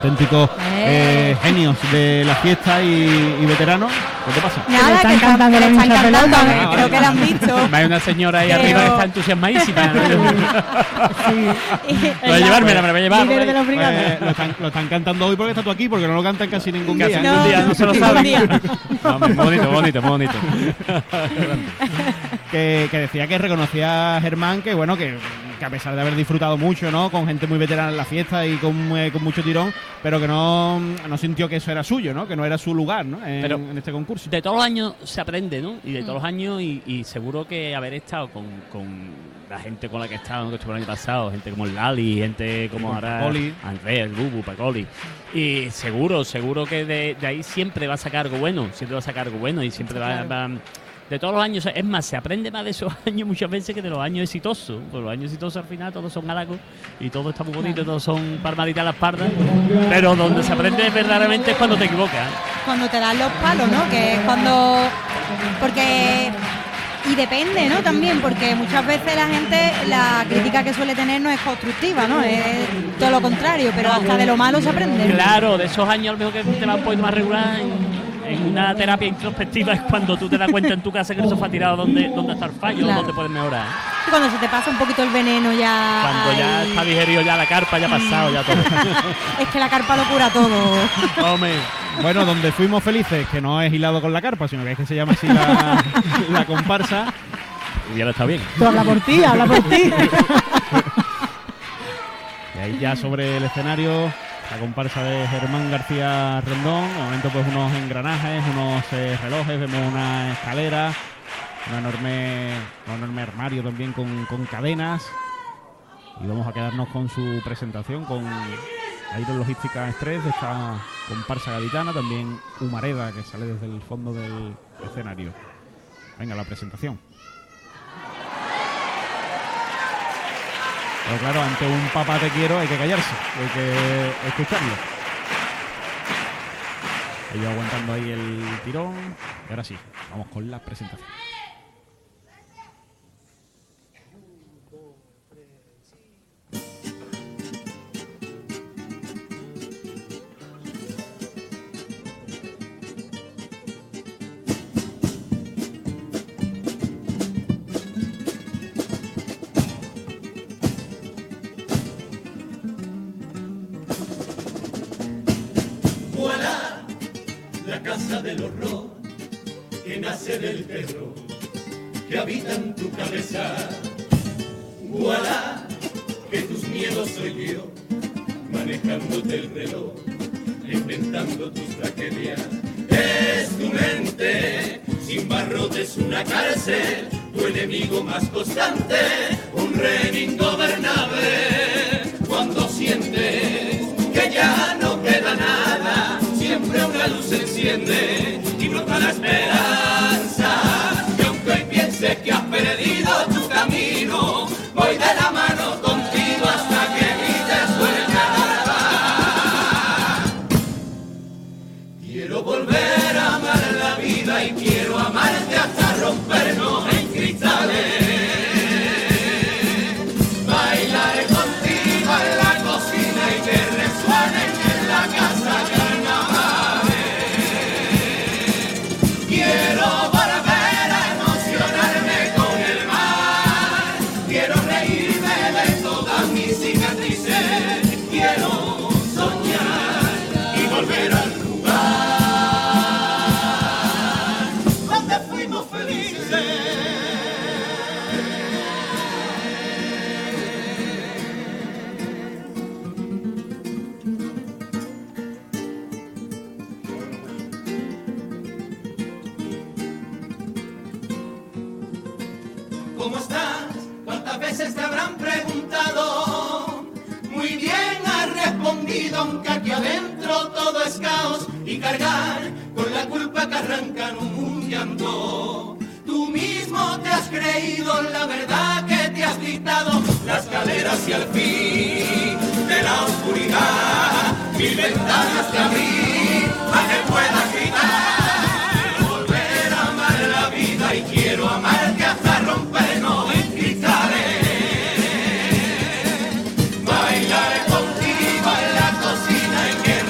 Auténticos genios de la fiesta y veteranos. ¿Qué te pasa? Nada, están cantando la hincha pelota. Creo que la han visto. Hay una señora ahí arriba que está entusiasmadísima. Sí. Voy a llevármela, me la voy a llevar. Líder de los brigados. Lo están cantando hoy porque estás tú aquí, porque no lo cantan casi ningún día. Casi ningún día, no se lo ningún saben. día. No, muy bonito. que decía que reconocía a Germán que bueno que a pesar de haber disfrutado mucho, ¿no? Con gente muy veterana en la fiesta y con mucho tirón, pero que no sintió que eso era suyo, ¿no? Que no era su lugar, ¿no? En este concurso. De todos los años se aprende, ¿no? Y de todos los años, y seguro que haber estado con la gente con la que he estado, ¿no? Que estuvo el año pasado, gente como el Lali, gente como ahora Pacoli. Andrés, el Bubu, Pacoli. Y seguro que de ahí siempre va a sacar algo bueno, y siempre va de todos los años. Es más, se aprende más de esos años muchas veces que de los años exitosos. Pues los años exitosos al final todos son halagos y todo está muy bonito, todos son palmaditas a la espalda, pero donde se aprende verdaderamente es cuando te equivocas. Cuando te dan los palos, ¿no? Que es cuando... Porque... Y depende, ¿no? También, porque muchas veces la gente, la crítica que suele tener no es constructiva, ¿no? Es todo lo contrario, pero hasta de lo malo se aprende. Claro, de esos años a lo mejor que te va un poquito más regular en una terapia introspectiva es cuando tú te das cuenta en tu casa que el sofá tirado donde está el fallo, Claro. donde puedes mejorar. Y cuando se te pasa un poquito el veneno ya... Cuando ya ay, está digerido ya la carpa, ya ha pasado, ya todo. Es que la carpa lo cura todo. Hombre, Bueno, donde fuimos felices, que no es hilado con la carpa, sino que es que se llama así la comparsa. hubiera estado bien. Tú habla por ti, habla por ti. Y ahí ya sobre el escenario, la comparsa de Germán García Rendón. De momento pues unos engranajes, unos relojes, vemos una escalera, un enorme armario también con cadenas. Y vamos a quedarnos con su presentación, con Aero Logística Express, de esta comparsa gaditana, también Humareda, que sale desde el fondo del escenario. Venga, la presentación. Pero claro, ante un papá te quiero hay que callarse, hay que escucharlo. Ellos aguantando ahí el tirón. Y ahora sí, vamos con la presentación. Del horror que nace del terror que habita en tu cabeza. Voilà, que tus miedos soy yo, manejándote el reloj, inventando tus tragedias. Es tu mente, sin barrotes una cárcel, tu enemigo más constante, un rey ingobernable. Cuando sientes que ya no queda nada, siempre una luz se enciende y brota la esperanza. Y aunque hoy pienses que has perdido tu camino, voy de la mano contigo hasta que grites suelta la paz. Quiero volver a amar la vida y quiero amarte hasta rompernos en cristales. Bailaré contigo en la cocina y que resuenen en la casa. Quiero volver a emocionarme con el mar. Quiero reírme de todas mis cicatrices. Quiero soñar y volver al lugar donde fuimos felices. ¿Cómo estás? ¿Cuántas veces te habrán preguntado? Muy bien has respondido, aunque aquí adentro todo es caos y cargar con la culpa que arrancan un llanto. Tú mismo te has creído la verdad que te has dictado, la escalera hacia el fin de la oscuridad, mil ventanas te abrí a que puedas gritar. Quiero volver a amar la vida y quiero amarte hasta rompernos en cristales. Bailaré contigo en la cocina y que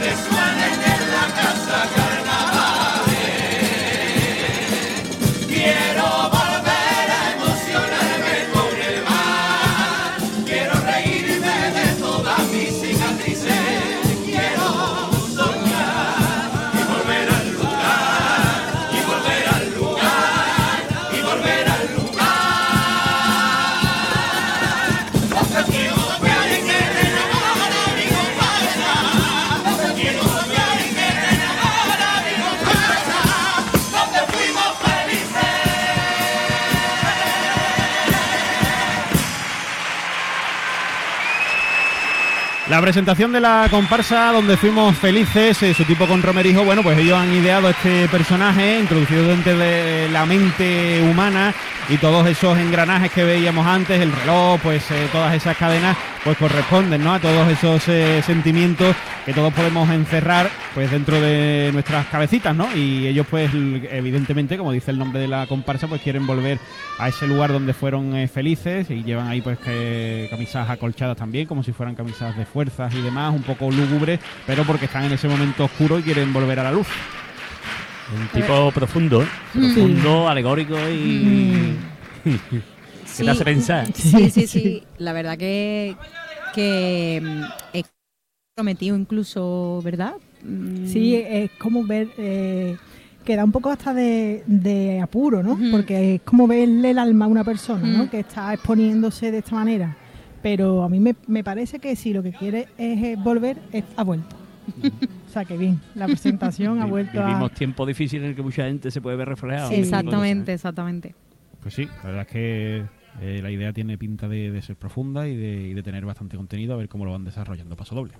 La presentación de la comparsa donde fuimos felices, su tipo con Romerijo, bueno, pues ellos han ideado este personaje, introducido dentro de la mente humana y todos esos engranajes que veíamos antes, el reloj, pues todas esas cadenas, pues corresponden, ¿no?, a todos esos sentimientos que todos podemos encerrar, pues dentro de nuestras cabecitas, ¿no? Y ellos, pues evidentemente, como dice el nombre de la comparsa, pues quieren volver a ese lugar donde fueron felices y llevan ahí, pues, camisas acolchadas también, como si fueran camisas de fuerzas y demás, un poco lúgubres, pero porque están en ese momento oscuro y quieren volver a la luz. Un tipo profundo, profundo, alegórico y... que te hace pensar. Sí. La verdad que es prometido incluso, ¿verdad? Sí, es como ver... que da un poco hasta de apuro, ¿no? Porque es como verle el alma a una persona, ¿no? Que está exponiéndose de esta manera. Pero a mí me parece que si lo que quiere es volver, ha vuelto. O sea, que bien, la presentación ha vuelto Vivimos tiempos difíciles en el que mucha gente se puede ver reflejada. Sí, exactamente. Pues sí, la verdad es que la idea tiene pinta de ser profunda y de tener bastante contenido, a ver cómo lo van desarrollando Paso Doble.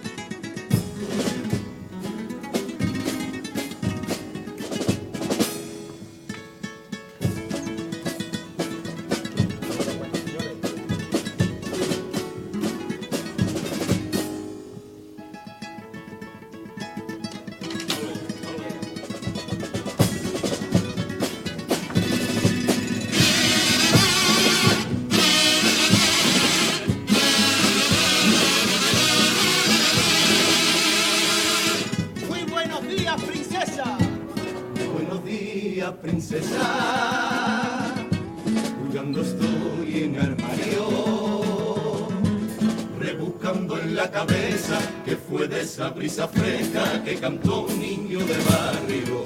Princesa, jugando estoy en armario, rebuscando en la cabeza que fue de esa brisa fresca que cantó un niño de barrio.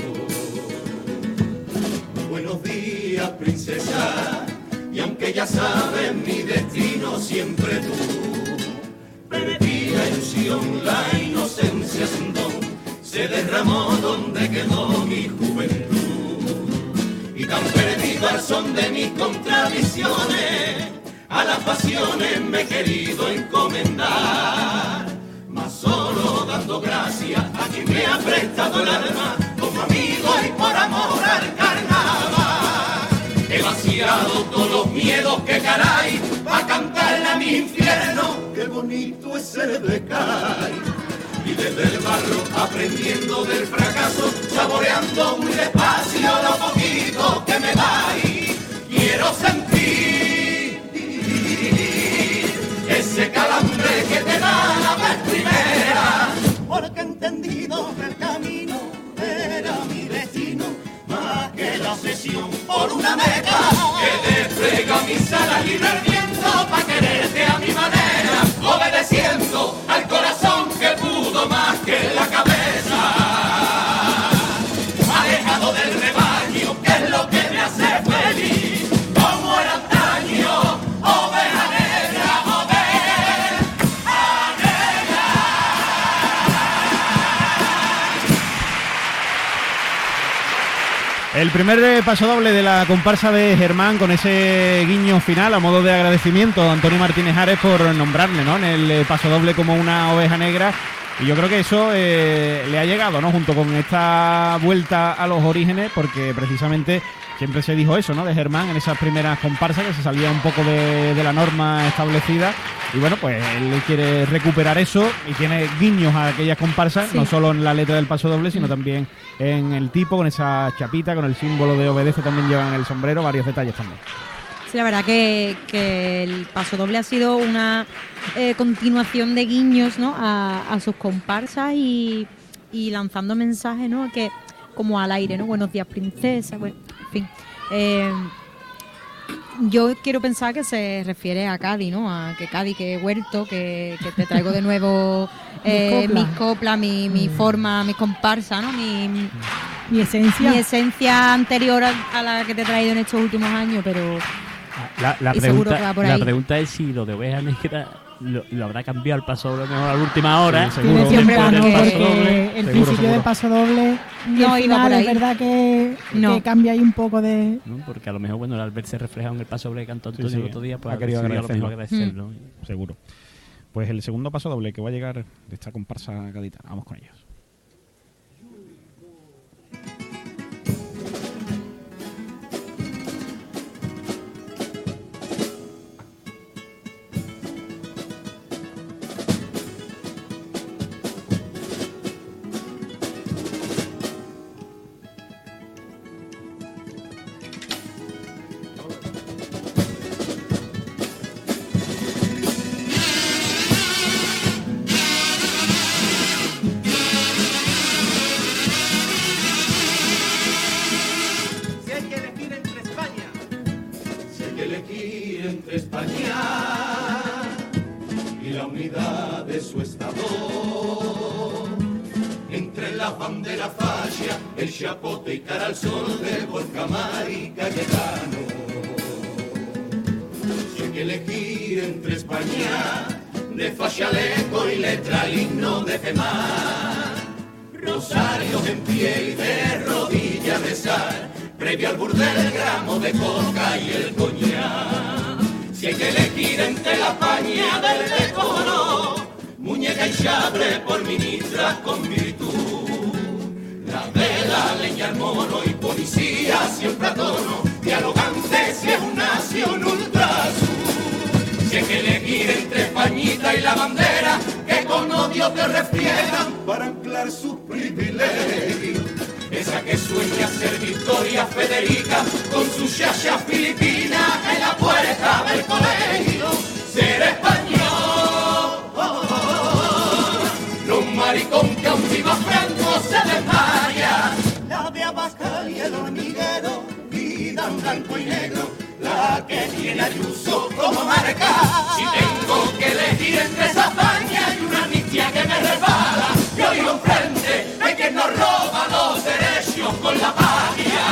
Buenos días, princesa, y aunque ya sabes mi destino, siempre tú, perdí la ilusión, la inocencia sin don, se derramó donde quedó mi juventud. Y tan perdido al son de mis contradicciones, a las pasiones me he querido encomendar, mas solo dando gracias a quien me ha prestado el alma, como amigo y por amor al carnaval. He vaciado todos los miedos que caray, pa' cantarle a mi infierno, qué bonito es ser de Cay. Y desde el barro aprendiendo del fracaso, saboreando muy despacio lo poquito que me dais. Quiero sentir ese calambre que te da la vez primera, porque he entendido que el camino era mi destino, más que la obsesión por una meta que despliega mis alas libre al viento, pa' quererte a mi manera, obedeciendo al corazón que pudo más que la cabeza, alejado del rebaño, que es lo que me hace feliz, como el antaño, oveja negra, oveja negra. El primer paso doble de la comparsa de Germán, con ese guiño final a modo de agradecimiento a Antonio Martínez Ares por nombrarle, ¿no?, en el paso doble como una oveja negra. Y yo creo que eso le ha llegado, ¿no?, junto con esta vuelta a los orígenes, porque precisamente siempre se dijo eso, ¿no?, de Germán en esas primeras comparsas, que se salía un poco de la norma establecida. Y bueno, pues él quiere recuperar eso y tiene guiños a aquellas comparsas, no solo en la letra del paso doble, sino también en el tipo, con esa chapita, con el símbolo de obedece, también llevan el sombrero, varios detalles también. Sí, la verdad que el paso doble ha sido una continuación de guiños, ¿no?, a sus comparsas y lanzando mensajes, ¿no?, que como al aire, ¿no? Buenos días, princesa, bueno, en fin. Yo quiero pensar que se refiere a Cádiz, ¿no? A que Cádiz, que he vuelto, que te traigo de nuevo mis coplas, mi forma, mi comparsa, ¿no? Mi esencia. Mi esencia anterior a la que te he traído en estos últimos años, pero La seguro que va por ahí. pregunta es si lo de oveja negra lo habrá cambiado el paso doble mejor a la última hora. Sí, seguro. Siempre Después del porque paso doble, el seguro, principio seguro. del paso doble y No el iba final por ahí. es verdad que cambia ahí un poco de... ¿No? Porque a lo mejor, bueno, al verse reflejado en el paso doble que cantó Antonio Sí, sí. el otro día, pues Ha querido decidido a lo mejor agradecerlo. agradecerlo. Seguro. Pues el segundo paso doble que va a llegar de esta comparsa gaditana. Vamos con ellos. El chapote y cara al sol de Volcamar y Cayetano. Si hay que elegir entre España, de fachaleco y letra el himno de Femar, rosarios en pie y de rodillas rezar, previo al burdel el gramo de coca y el coñac. Si hay que elegir entre la paña del decoro, muñeca y chable por ministras con virtud, la vela, leña, el mono y policía siempre a tono, dialogante si es una nación ultrasur. Si hay que elegir entre Españita y la bandera, que con odio te refriegan para anclar sus privilegios. Esa que sueña ser Victoria Federica, con su chacha filipina en la puerta del colegio. Ser español, los maricón que aún viva Franco se desmaya. La de Abascal y el hormiguero, vida en blanco y negro, la que tiene Ayuso como marca. Si tengo que elegir entre esa España y una amnistía que me resbala, yo digo enfrente de quien nos roba los derechos con la patria,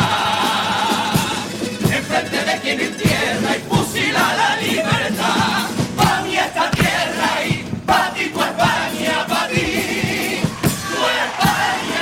enfrente de quien entierra y fusila la libertad. Pa' mí esta tierra y pa' ti tu España, pa' ti tu España.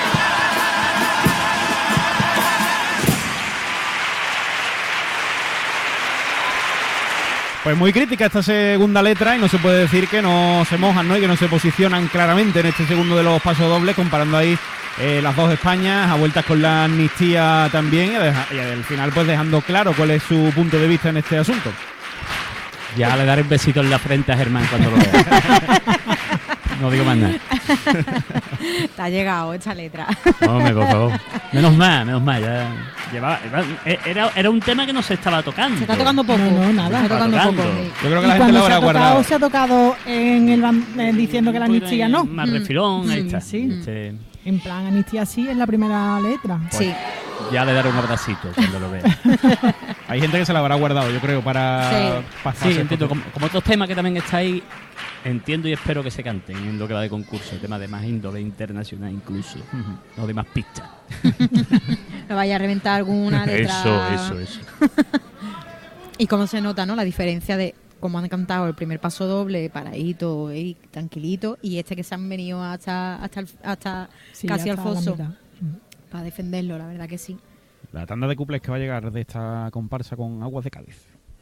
Pues muy crítica esta segunda letra y no se puede decir que no se mojan, ¿no? Y que no se posicionan claramente en este segundo de los pasos dobles, comparando ahí las dos Españas, a vueltas con la amnistía también, y al final pues dejando claro cuál es su punto de vista en este asunto. Ya le daré un besito en la frente a Germán cuando lo vea. No digo más nada. Te ha llegado esta letra. Hombre, por favor. Menos mal. Era un tema que no se estaba tocando. Se está tocando poco. No, nada. Se está tocando tocando. poco. Sí. Yo creo que Y la gente cuando lo habrá guardado. se ha tocado en el diciendo que la amnistía no. Más refilón, ahí está. Sí. Este, En plan, amnistía sí es la primera letra. Sí. ya le daré un abracito cuando lo vea. Hay gente que se la habrá guardado, yo creo, para Sí, entiendo. Como otros temas que también estáis, entiendo y espero que se canten en lo que va de concurso. Temas de más índole internacional incluso. No de más pistas. No vaya a reventar alguna letra. Eso. Y cómo se nota, ¿no? La diferencia de cómo han cantado el primer paso doble, paradito y tranquilito, y este que se han venido hasta Sí, casi al hasta la foso mitad. para defenderlo, la verdad que sí. La tanda de cuples que va a llegar de esta comparsa con Aguas de Cádiz.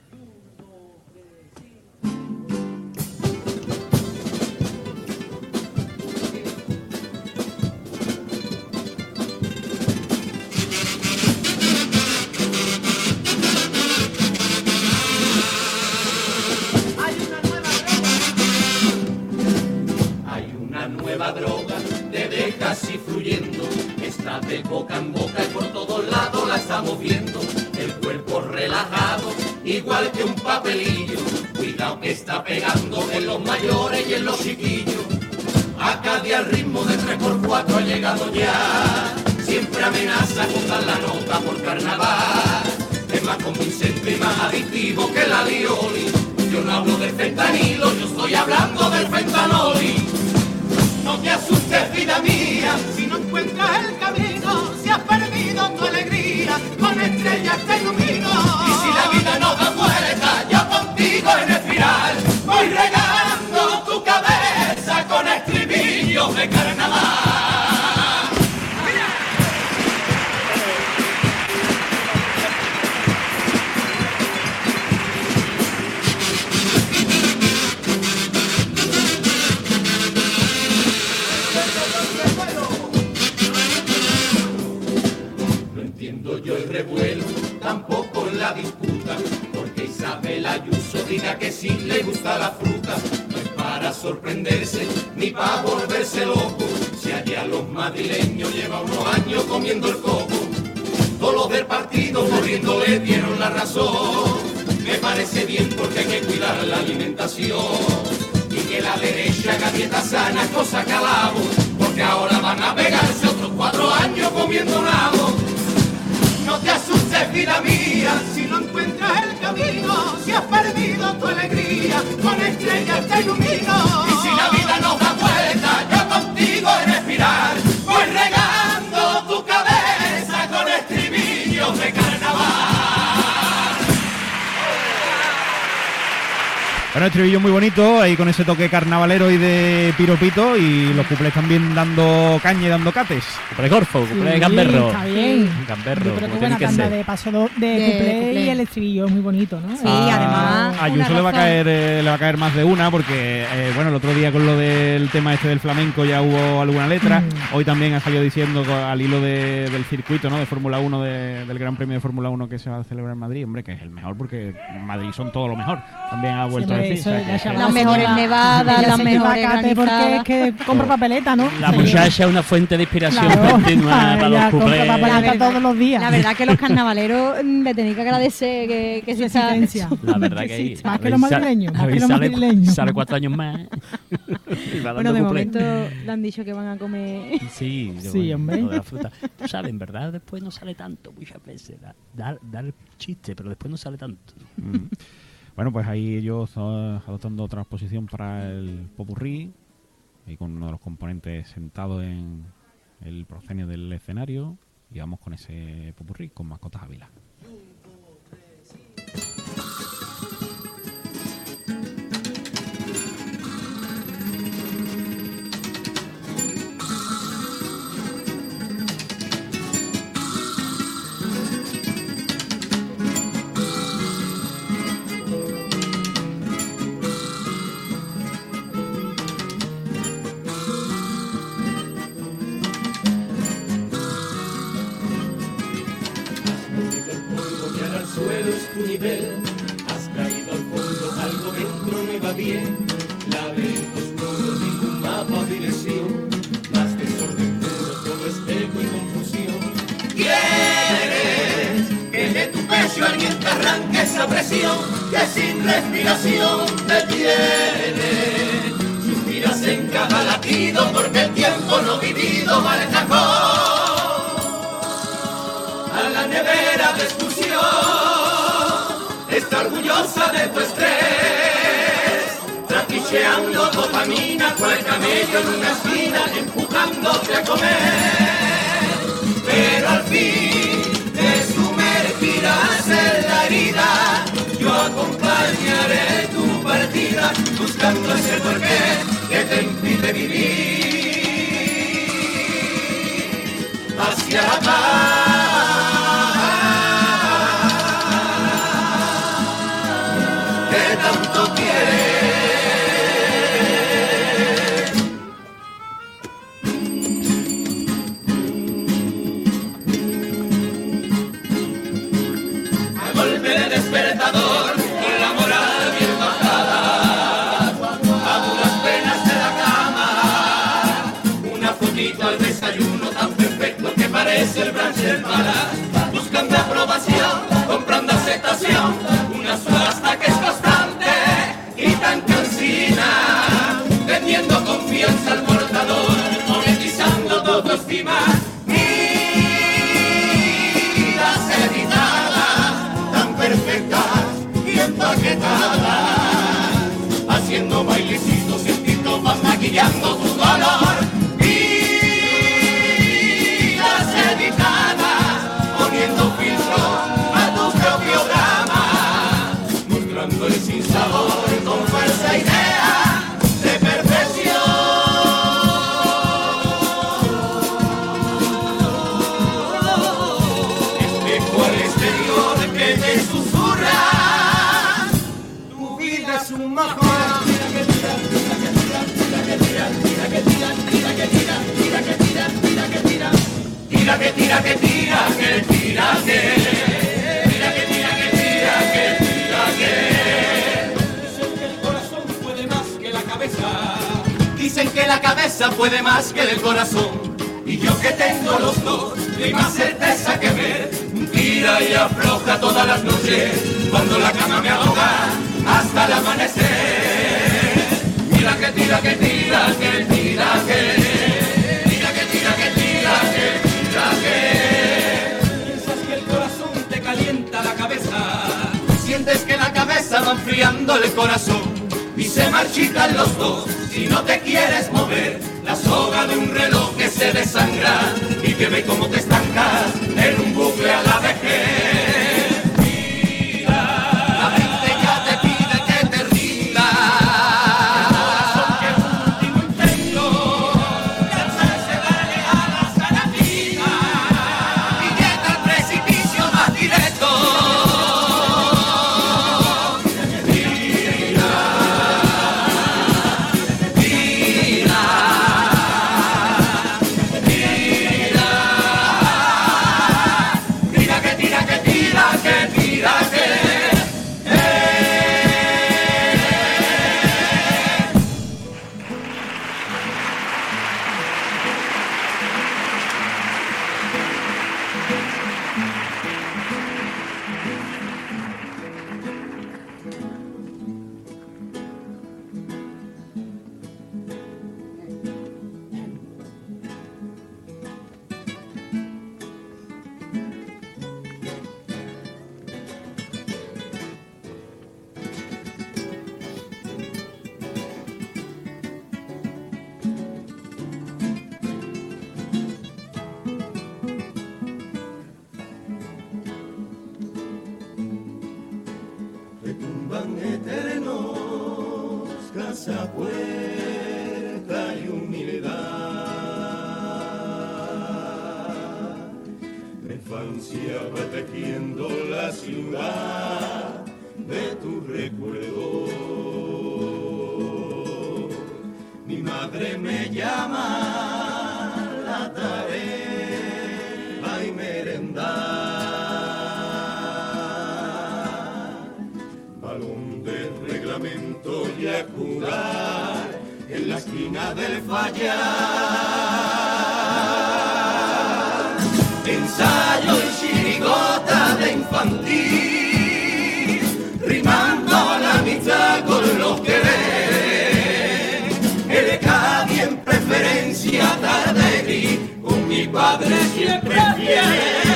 Hay una nueva droga, te ve casi fluyendo, está de boca en boca y por todos lados la estamos viendo. El cuerpo relajado, igual que un papelillo, cuidado que está pegando en los mayores y en los chiquillos. Acá de al ritmo de 3x4 ha llegado ya, siempre amenaza con dar la nota por carnaval. Es más convincente y más adictivo que la lioli. Yo no hablo del fentanilo, yo estoy hablando del fentanoli. No te asustes, vida mía, si no encuentras el camino, si has perdido tu alegría, con estrellas te ilumino. Y si la vida no da vuelta, yo contigo en espiral, voy regalando tu cabeza con estribillos de carnaval. que sí le gusta la fruta, no es para sorprenderse ni para volverse loco. Si allá los madrileños llevan unos años comiendo el coco, todos los del partido corriendo le dieron la razón. Me parece bien porque hay que cuidar la alimentación y que la derecha haga dieta sana, cosa que alabo, porque ahora van a pegarse otros 4 años comiendo nabo. No te asustes, vida mía, si no encuentras el camino, si has perdido tu alegría, con estrellas te ilumino. Y si la vida nos da vuelta, yo contigo he de respirar, voy regando tu cabeza con estribillos de carnaval. Bueno, estribillo muy bonito, ahí con ese toque carnavalero y de piropito, y los cuplés también dando caña y dando cates. Cuplé corfo, cuplé Sí, gamberro. está bien. Gamberro, Yo creo que como buena tiene que tanda ser. de paso de cuplé y el estribillo es muy bonito, ¿no? Sí, además. A Ayuso una le va a caer más de una porque, bueno, el otro día con lo del tema este del flamenco ya hubo alguna letra. Hoy también ha salido diciendo al hilo del circuito, ¿no? De Fórmula 1, del Gran Premio de Fórmula 1 que se va a celebrar en Madrid. Hombre, que es el mejor porque en Madrid son todo lo mejor. También ha vuelto a decir. eso, o sea, ya que- se Las mejores nevadas, Ella las se lleva mejores cate porque es granizadas. que compra papeleta, ¿no? La Sí. muchacha es una fuente de inspiración Claro. continua para Ella los compra cuplés. papeleta La verdad- todos los días. La verdad que los carnavaleros le tenéis que agradecer que Su se está... existencia. La verdad que ahí. Más que los madrileños, más que los sale, madrileños. sale 4 años más. Y va Bueno, dando de cuplés. momento le han dicho que van a comer... Sí, Sí, hombre. lo de la fruta. Tú sabes, en verdad, después no sale tanto muchas veces. Da el chiste, pero después no sale tanto. Mm. Bueno, pues ahí ellos adoptando otra posición para el popurrí, y con uno de los componentes sentado en el proscenio del escenario, y vamos con ese popurrí con Mascotas Ávila. Suelo es tu nivel, has caído al fondo, algo dentro no va bien. Laberintos nudos, ningún mapa o dirección, más desorden puro, todo es eco y confusión. ¿Quieres que de tu pecho alguien te arranque esa presión que sin respiración te tiene? Suspiras en cada latido porque el tiempo no vivido va de cajón a la nevera de excursión. Está orgullosa de tu estrés, trapicheando dopamina con el camello en una esquina, empujándote a comer. Pero al fin te sumergirás en la herida, yo acompañaré tu partida, buscando ese porqué que te impide vivir hacia la paz. Tanto a golpe de despertador, con la moral bien bajada, a duras penas de la cama, una fotito al desayuno tan perfecto que parece el brunch del Mala, buscando aprobación, comprando aceptación, una subasta que es constante y tan cansina, vendiendo confianza al portador, monetizando tu autoestima. Vidas editadas, tan perfectas y empaquetadas, haciendo bailecitos en TikTok, maquillando tu dolor. Vidas editadas, poniendo filtro a tu propio drama, mostrando el sinsabor con falsa idea de perfección. Espejo al exterior que te susurra, tu vida es un mojón. Tira que tira que tira que tira que tira que tira que tira que tira que que la cabeza puede más que el corazón. Y yo que tengo los dos, no hay más certeza que ver. Tira y afloja todas las noches, cuando la cama me ahoga hasta el amanecer. Mira que tira, que tira, que tira, que tira, que tira, que tira, que tira, que. Piensas que el corazón te calienta la cabeza, sientes que la cabeza va enfriando el corazón. Y se marchitan los dos si no te quieres mover. La soga de un reloj que se desangra y que ve cómo te estancas en un bucle a la vejez. Mira, la mente ya te pide que te rindas. El corazón que último intento, cansarse darle alas a la vida y llega al precipicio más directo. Retumban eternos, casa, puerta y humildad. La infancia va tejiendo la ciudad de tu recuerdo. Mi madre me llama la tarea y merendar. Y a curar en la esquina del fallar. Ensayo y chirigota de infantil, rimando la mitad con los que ven. El Cádiz en preferencia tarde gris, con mi padre siempre fiel.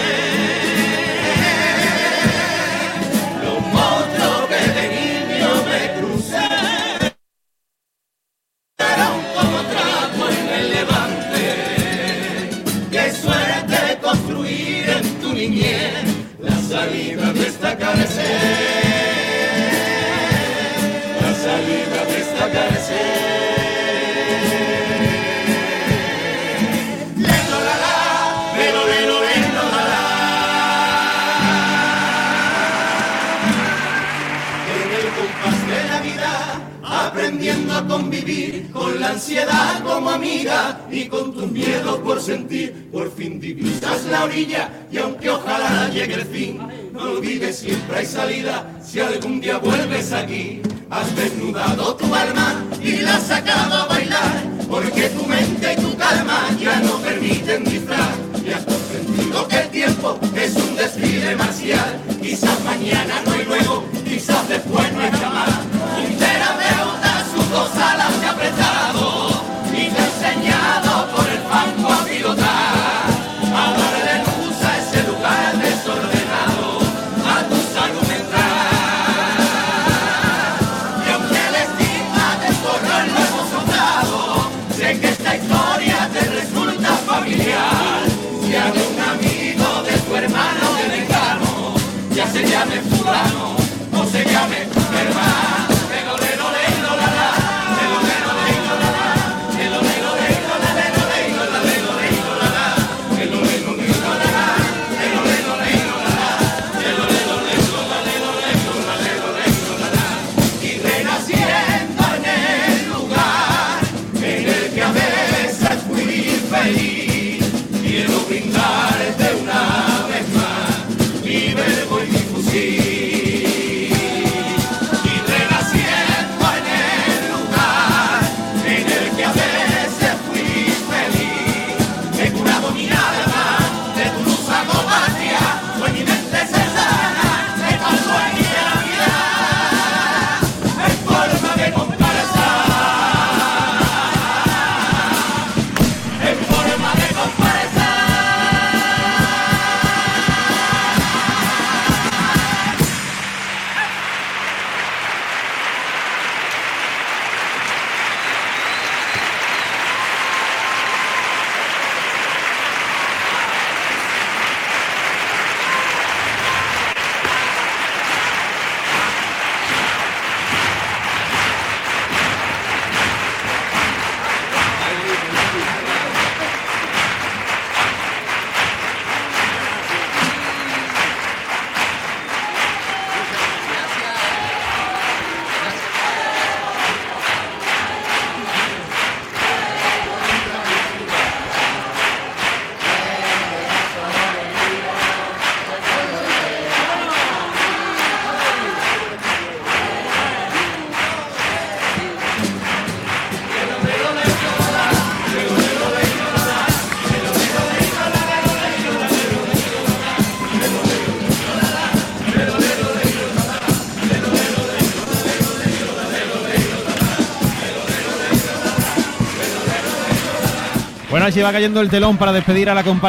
Los monstruos que de niño me crucé como trapo en el levante. Qué suerte construir en tu niñez la salida de esta cárcel, la salida de esta cárcel. Lelo la la, lelo lelo lelo la la. En el compás de la vida, aprendiendo a convivir con la ansiedad como amiga y con tus miedos por sentir, por fin divisas la orilla y aunque ojalá llegue el fin, no olvides siempre hay salida si algún día vuelves aquí. Has desnudado tu alma y la has sacado a bailar, porque tu mente y tu calma ya no permiten disfraz y has comprendido que el tiempo es un desfile marcial. Quizás mañana no hay luego, quizás después no hay jamás. Intera deuda sus dos alas te ha apretado y te ha enseñado por el fango a pilotar, a darle luz a ese lugar desordenado, a tu salud mental. Y aunque el estigma de tu horror lo hemos soltado, sé que esta historia te resulta Bueno, así va cayendo el telón para despedir a la comparsa